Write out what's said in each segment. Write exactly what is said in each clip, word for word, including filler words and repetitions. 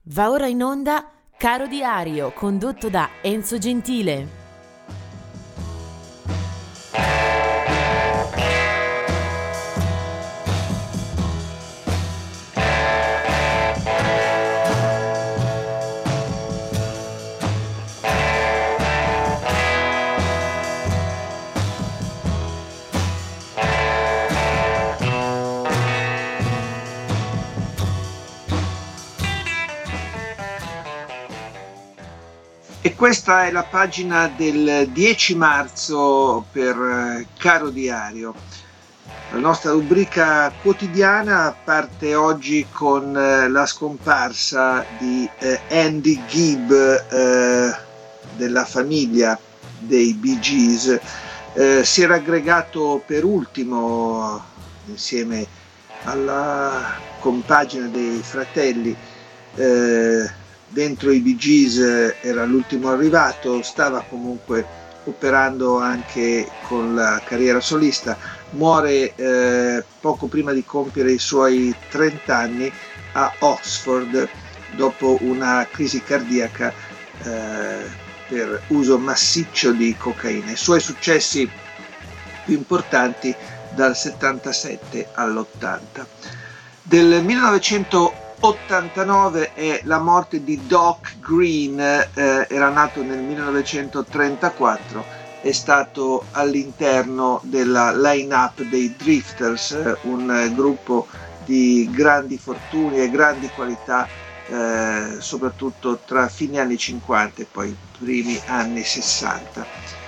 Va ora in onda Caro Diario, condotto da Enzo Gentile. E questa è la pagina del dieci marzo per eh, Caro Diario. La nostra rubrica quotidiana parte oggi con eh, la scomparsa di eh, Andy Gibb, eh, della famiglia dei Bee Gees. Eh, si era aggregato per ultimo, insieme alla compagine dei fratelli, eh, dentro i Bee Gees, era l'ultimo arrivato, stava comunque operando anche con la carriera solista. Muore eh, poco prima di compiere i suoi trenta anni a Oxford dopo una crisi cardiaca eh, per uso massiccio di cocaina. I suoi successi più importanti dal settantasette all'ottanta. Del millenovecentottantanove è la morte di Doc Green, eh, era nato nel millenovecentotrentaquattro, è stato all'interno della line-up dei Drifters, un eh, gruppo di grandi fortune e grandi qualità, eh, soprattutto tra fine anni cinquanta e poi primi anni sessanta.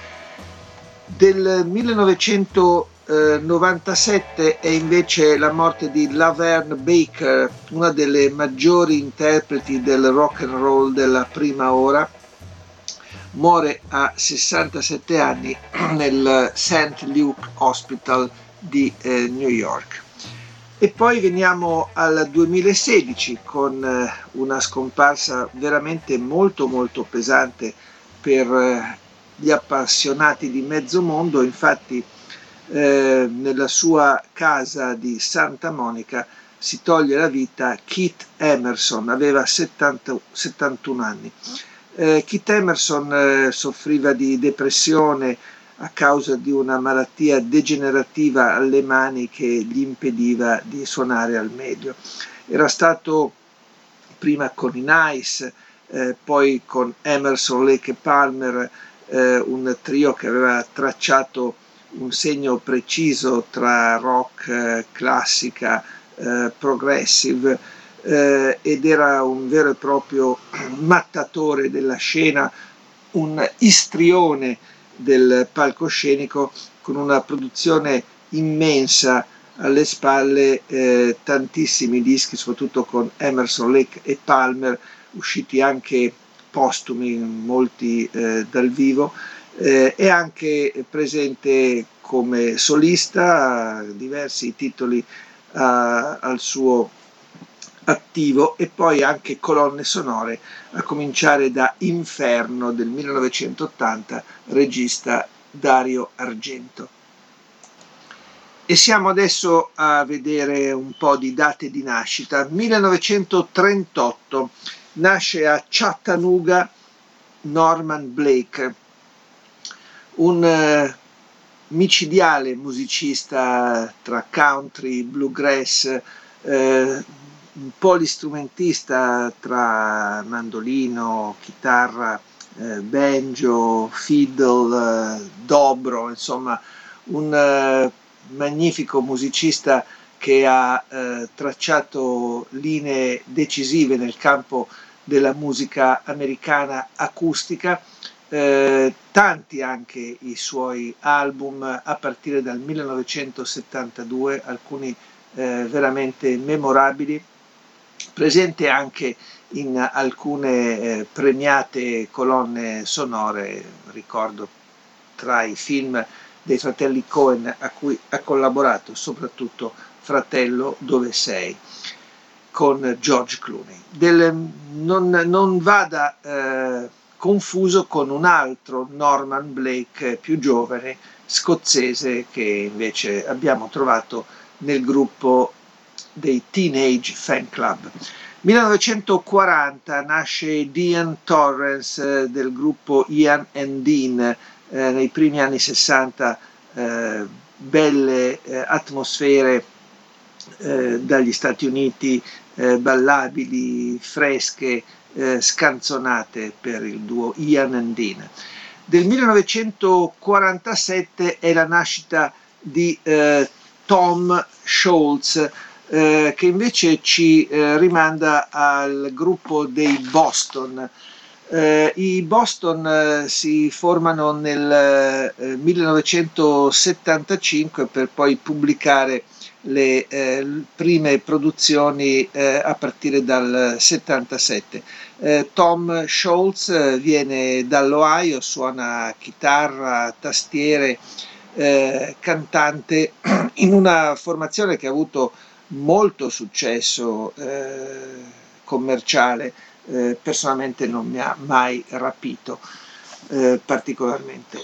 Del millenovecentonovantasette è invece la morte di Laverne Baker, una delle maggiori interpreti del rock and roll della prima ora. Muore a sessantasette anni nel Saint Luke Hospital di eh, New York. E poi veniamo al duemilasedici con eh, una scomparsa veramente molto molto pesante per eh, gli appassionati di mezzo mondo. Infatti eh, nella sua casa di Santa Monica si toglie la vita Keith Emerson, aveva settanta, settantuno anni. Eh, Keith Emerson eh, soffriva di depressione a causa di una malattia degenerativa alle mani che gli impediva di suonare al meglio. Era stato prima con i Nice, eh, poi con Emerson, Lake e Palmer, eh, un trio che aveva tracciato un segno preciso tra rock, eh, classica, eh, progressive, eh, ed era un vero e proprio mattatore della scena, un istrione del palcoscenico, con una produzione immensa alle spalle, eh, tantissimi dischi, soprattutto con Emerson, Lake e Palmer, usciti anche postumi, molti eh, dal vivo. Eh, è anche presente come solista, diversi titoli uh, al suo attivo, e poi anche colonne sonore, a cominciare da Inferno del millenovecentottanta, regista Dario Argento. E siamo adesso a vedere un po' di date di nascita. millenovecentotrentotto nasce a Chattanooga Norman Blake, un eh, micidiale musicista tra country, bluegrass, eh, un polistrumentista tra mandolino, chitarra, eh, banjo, fiddle, eh, dobro, insomma un eh, magnifico musicista che ha eh, tracciato linee decisive nel campo della musica americana acustica. Eh, tanti anche i suoi album a partire dal millenovecentosettantadue, alcuni eh, veramente memorabili, presente anche in alcune eh, premiate colonne sonore. Ricordo tra i film dei fratelli Coen a cui ha collaborato soprattutto Fratello, dove sei, con George Clooney. Del, non, non vada eh, confuso con un altro Norman Blake più giovane, scozzese, che invece abbiamo trovato nel gruppo dei Teenage Fan Club. millenovecentoquaranta nasce Dean Torrance eh, del gruppo Ian and Dean, eh, nei primi anni sessanta, eh, belle eh, atmosfere eh, dagli Stati Uniti, eh, ballabili, fresche, eh, scanzonate per il duo Ian and Dean. Del millenovecentoquarantasette è la nascita di eh, Tom Scholz, eh, che invece ci eh, rimanda al gruppo dei Boston. Eh, I Boston eh, si formano nel eh, millenovecentosettantacinque per poi pubblicare le eh, prime produzioni eh, a partire dal settantasette. Eh, Tom Scholz eh, viene dall'Ohio, suona chitarra, tastiere, eh, cantante in una formazione che ha avuto molto successo eh, commerciale. Eh, personalmente non mi ha mai rapito eh, particolarmente.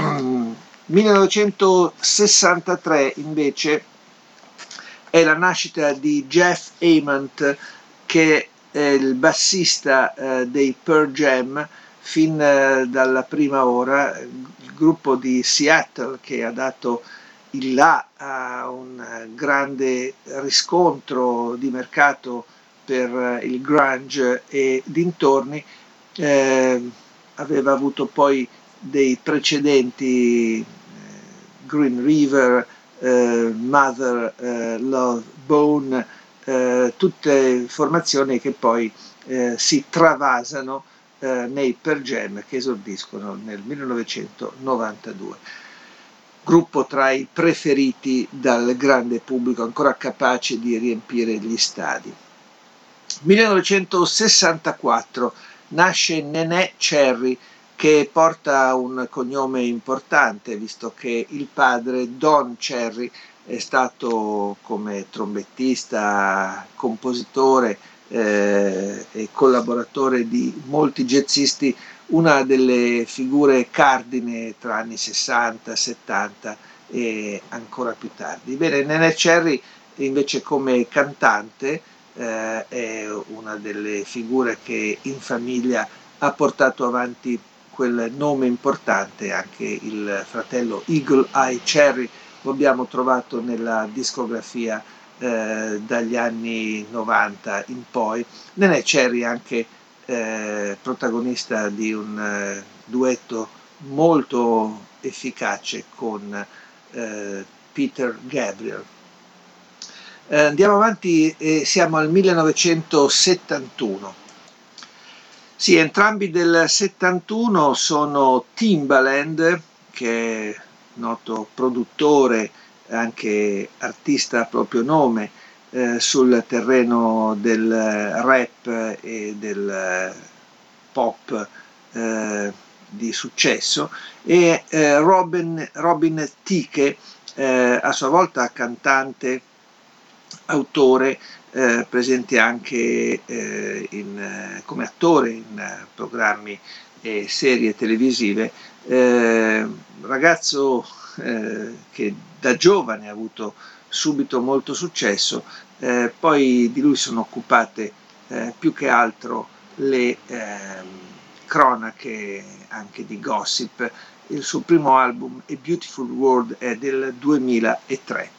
millenovecentosessantatré invece è la nascita di Jeff Ament, che è il bassista eh, dei Pearl Jam fin eh, dalla prima ora, il gruppo di Seattle che ha dato il là a un grande riscontro di mercato per il grunge e dintorni. Eh, aveva avuto poi dei precedenti, eh, Green River, eh, Mother eh, Love Bone, eh, tutte formazioni che poi eh, si travasano eh, nei Pearl Jam, che esordiscono nel millenovecentonovantadue. Gruppo tra i preferiti dal grande pubblico, ancora capace di riempire gli stadi. millenovecentosessantaquattro nasce Neneh Cherry, che porta un cognome importante, visto che il padre, Don Cherry, è stato come trombettista, compositore eh, e collaboratore di molti jazzisti una delle figure cardine tra anni sessanta, settanta e ancora più tardi. Bene, Neneh Cherry invece come cantante eh, è una delle figure che in famiglia ha portato avanti quel nome importante. Anche il fratello Eagle Eye Cherry lo abbiamo trovato nella discografia eh, dagli anni novanta in poi. Neneh Cherry anche eh, protagonista di un eh, duetto molto efficace con eh, Peter Gabriel. Eh, andiamo avanti e siamo al millenovecentosettantuno. Sì, entrambi del settantuno sono Timbaland, che è noto produttore, anche artista a proprio nome, eh, sul terreno del rap e del pop eh, di successo, e eh, Robin, Robin Thicke, eh, a sua volta cantante, autore, eh, presente anche eh, in, eh, come attore in eh, programmi e serie televisive, eh, ragazzo eh, che da giovane ha avuto subito molto successo. Eh, poi di lui sono occupate eh, più che altro le eh, cronache anche di gossip. Il suo primo album, A Beautiful World, è del duemilatré.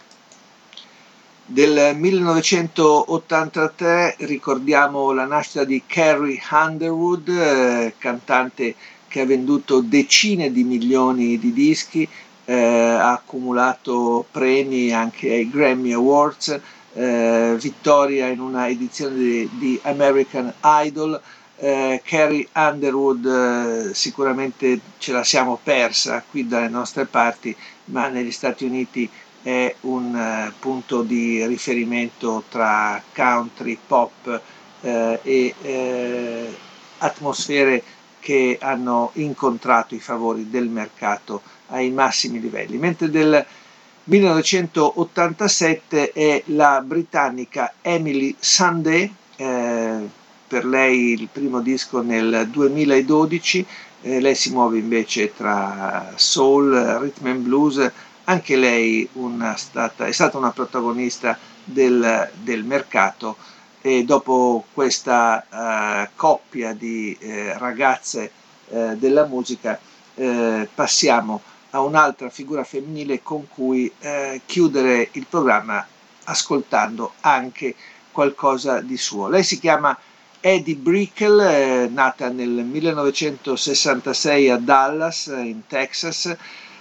Del millenovecentottantatré ricordiamo la nascita di Carrie Underwood, eh, cantante che ha venduto decine di milioni di dischi, eh, ha accumulato premi anche ai Grammy Awards, eh, vittoria in una edizione di, di American Idol. Eh, Carrie Underwood eh, sicuramente ce la siamo persa qui dalle nostre parti, ma negli Stati Uniti è un uh, punto di riferimento tra country, pop eh, e eh, atmosfere che hanno incontrato i favori del mercato ai massimi livelli. Mentre del millenovecentottantasette è la britannica Emily Sandé, eh, per lei il primo disco nel duemiladodici, eh, lei si muove invece tra soul, rhythm and blues. Anche lei una stata, è stata una protagonista del, del mercato, E dopo questa uh, coppia di eh, ragazze eh, della musica eh, passiamo a un'altra figura femminile con cui eh, chiudere il programma ascoltando anche qualcosa di suo. Lei si chiama Eddie Brickell, eh, nata nel millenovecentosessantasei a Dallas, in Texas.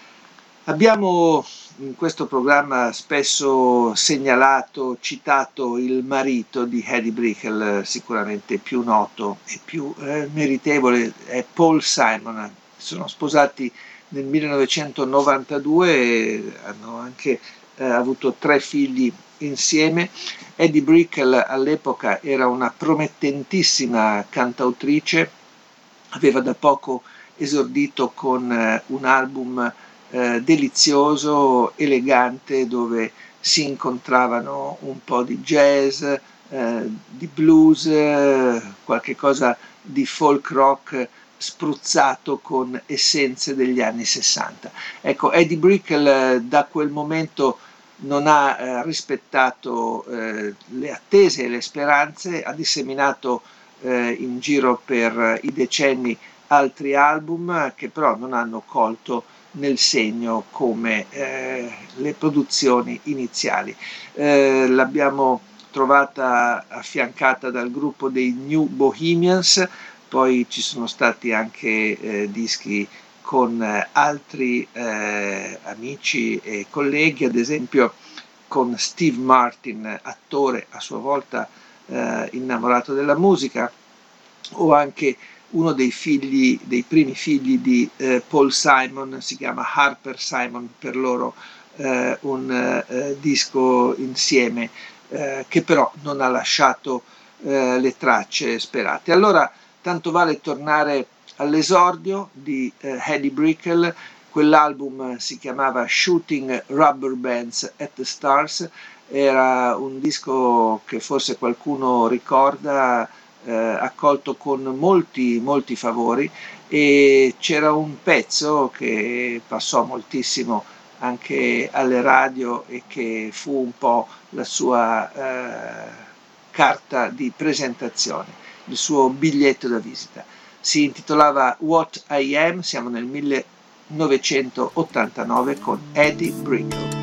Abbiamo in questo programma spesso segnalato, citato il marito di Eddie Brickell, sicuramente più noto e più eh, meritevole, è Paul Simon. Sono sposati nel millenovecentonovantadue e hanno anche eh, avuto tre figli insieme. Eddie Brickell all'epoca era una promettentissima cantautrice, aveva da poco esordito con eh, un album eh, delizioso, elegante, dove si incontravano un po' di jazz, eh, di blues, eh, qualche cosa di folk rock spruzzato con essenze degli anni sessanta. Ecco, Eddie Brickell eh, da quel momento non ha eh, rispettato eh, le attese e le speranze, ha disseminato eh, in giro per i decenni altri album che però non hanno colto nel segno come eh, le produzioni iniziali. Eh, l'abbiamo trovata affiancata dal gruppo dei New Bohemians, poi ci sono stati anche eh, dischi con eh, altri eh, amici e colleghi, ad esempio con Steve Martin, attore a sua volta eh, innamorato della musica, o anche uno dei figli, dei primi figli di eh, Paul Simon, si chiama Harper Simon, per loro eh, un eh, disco insieme eh, che però non ha lasciato eh, le tracce sperate. Allora tanto vale tornare all'esordio di eh, Eddie Brickell. Quell'album si chiamava Shooting Rubber Bands at the Stars, era un disco che forse qualcuno ricorda, eh, accolto con molti molti favori, e c'era un pezzo che passò moltissimo anche alle radio e che fu un po' la sua eh, carta di presentazione, il suo biglietto da visita. Si intitolava What I Am, siamo nel millenovecentottantanove con Eddie Brickell.